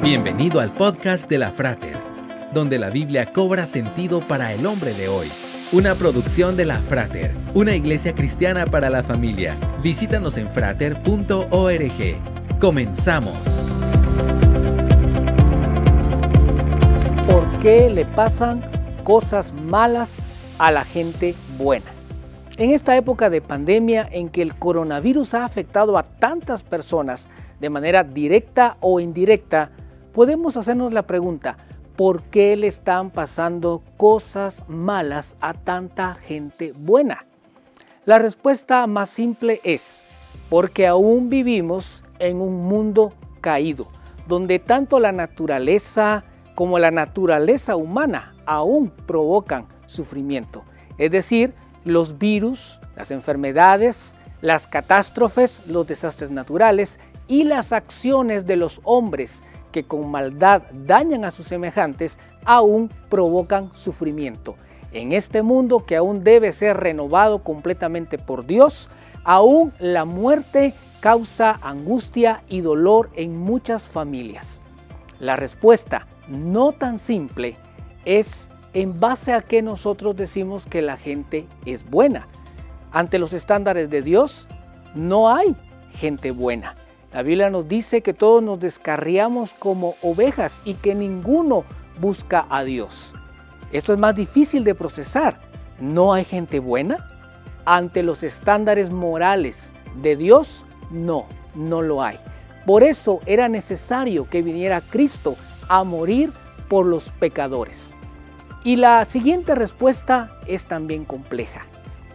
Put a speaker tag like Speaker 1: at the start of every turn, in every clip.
Speaker 1: Bienvenido al podcast de la Frater, donde la Biblia cobra sentido para el hombre de hoy. Una producción de la Frater, una iglesia cristiana para la familia. Visítanos en frater.org. ¡Comenzamos!
Speaker 2: ¿Por qué le pasan cosas malas a la gente buena? En esta época de pandemia en que el coronavirus ha afectado a tantas personas de manera directa o indirecta, podemos hacernos la pregunta, ¿por qué le están pasando cosas malas a tanta gente buena? La respuesta más simple es, porque aún vivimos en un mundo caído, donde tanto la naturaleza como la naturaleza humana aún provocan sufrimiento. Es decir, los virus, las enfermedades, las catástrofes, los desastres naturales y las acciones de los hombres que con maldad dañan a sus semejantes, aún provocan sufrimiento. En este mundo que aún debe ser renovado completamente por Dios, aún la muerte causa angustia y dolor en muchas familias. La respuesta, no tan simple, es en base a que nosotros decimos que la gente es buena. Ante los estándares de Dios, no hay gente buena. La Biblia nos dice que todos nos descarriamos como ovejas y que ninguno busca a Dios. Esto es más difícil de procesar. ¿No hay gente buena? Ante los estándares morales de Dios, no lo hay. Por eso era necesario que viniera Cristo a morir por los pecadores. Y la siguiente respuesta es también compleja.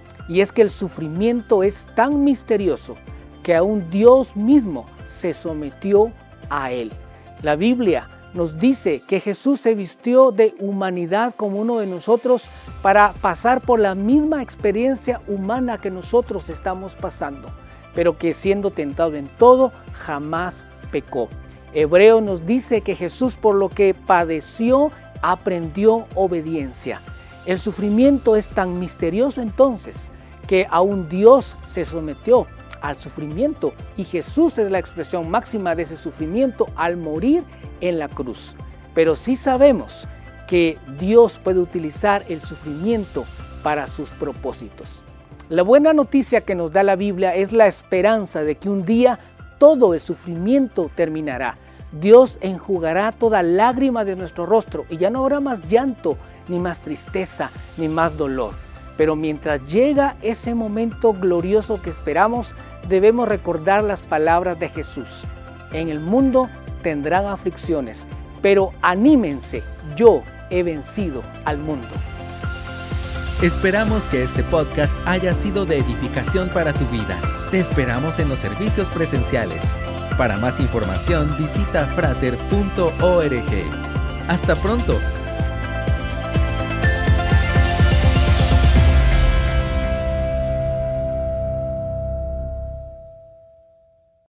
Speaker 2: Y es que el sufrimiento es tan misterioso que aún Dios mismo se sometió a él. La Biblia nos dice que Jesús se vistió de humanidad como uno de nosotros para pasar por la misma experiencia humana que nosotros estamos pasando, pero que siendo tentado en todo, jamás pecó. Hebreo nos dice que Jesús, por lo que padeció, aprendió obediencia. El sufrimiento es tan misterioso entonces que aún Dios se sometió al sufrimiento y Jesús es la expresión máxima de ese sufrimiento al morir en la cruz. Pero sí sabemos que Dios puede utilizar el sufrimiento para sus propósitos. La buena noticia que nos da la Biblia es la esperanza de que un día todo el sufrimiento terminará. Dios enjugará toda lágrima de nuestro rostro y ya no habrá más llanto, ni más tristeza, ni más dolor. Pero mientras llega ese momento glorioso que esperamos, debemos recordar las palabras de Jesús. En el mundo tendrán aflicciones, pero anímense, yo he vencido al mundo.
Speaker 1: Esperamos que este podcast haya sido de edificación para tu vida. Te esperamos en los servicios presenciales. Para más información, visita frater.org. Hasta pronto.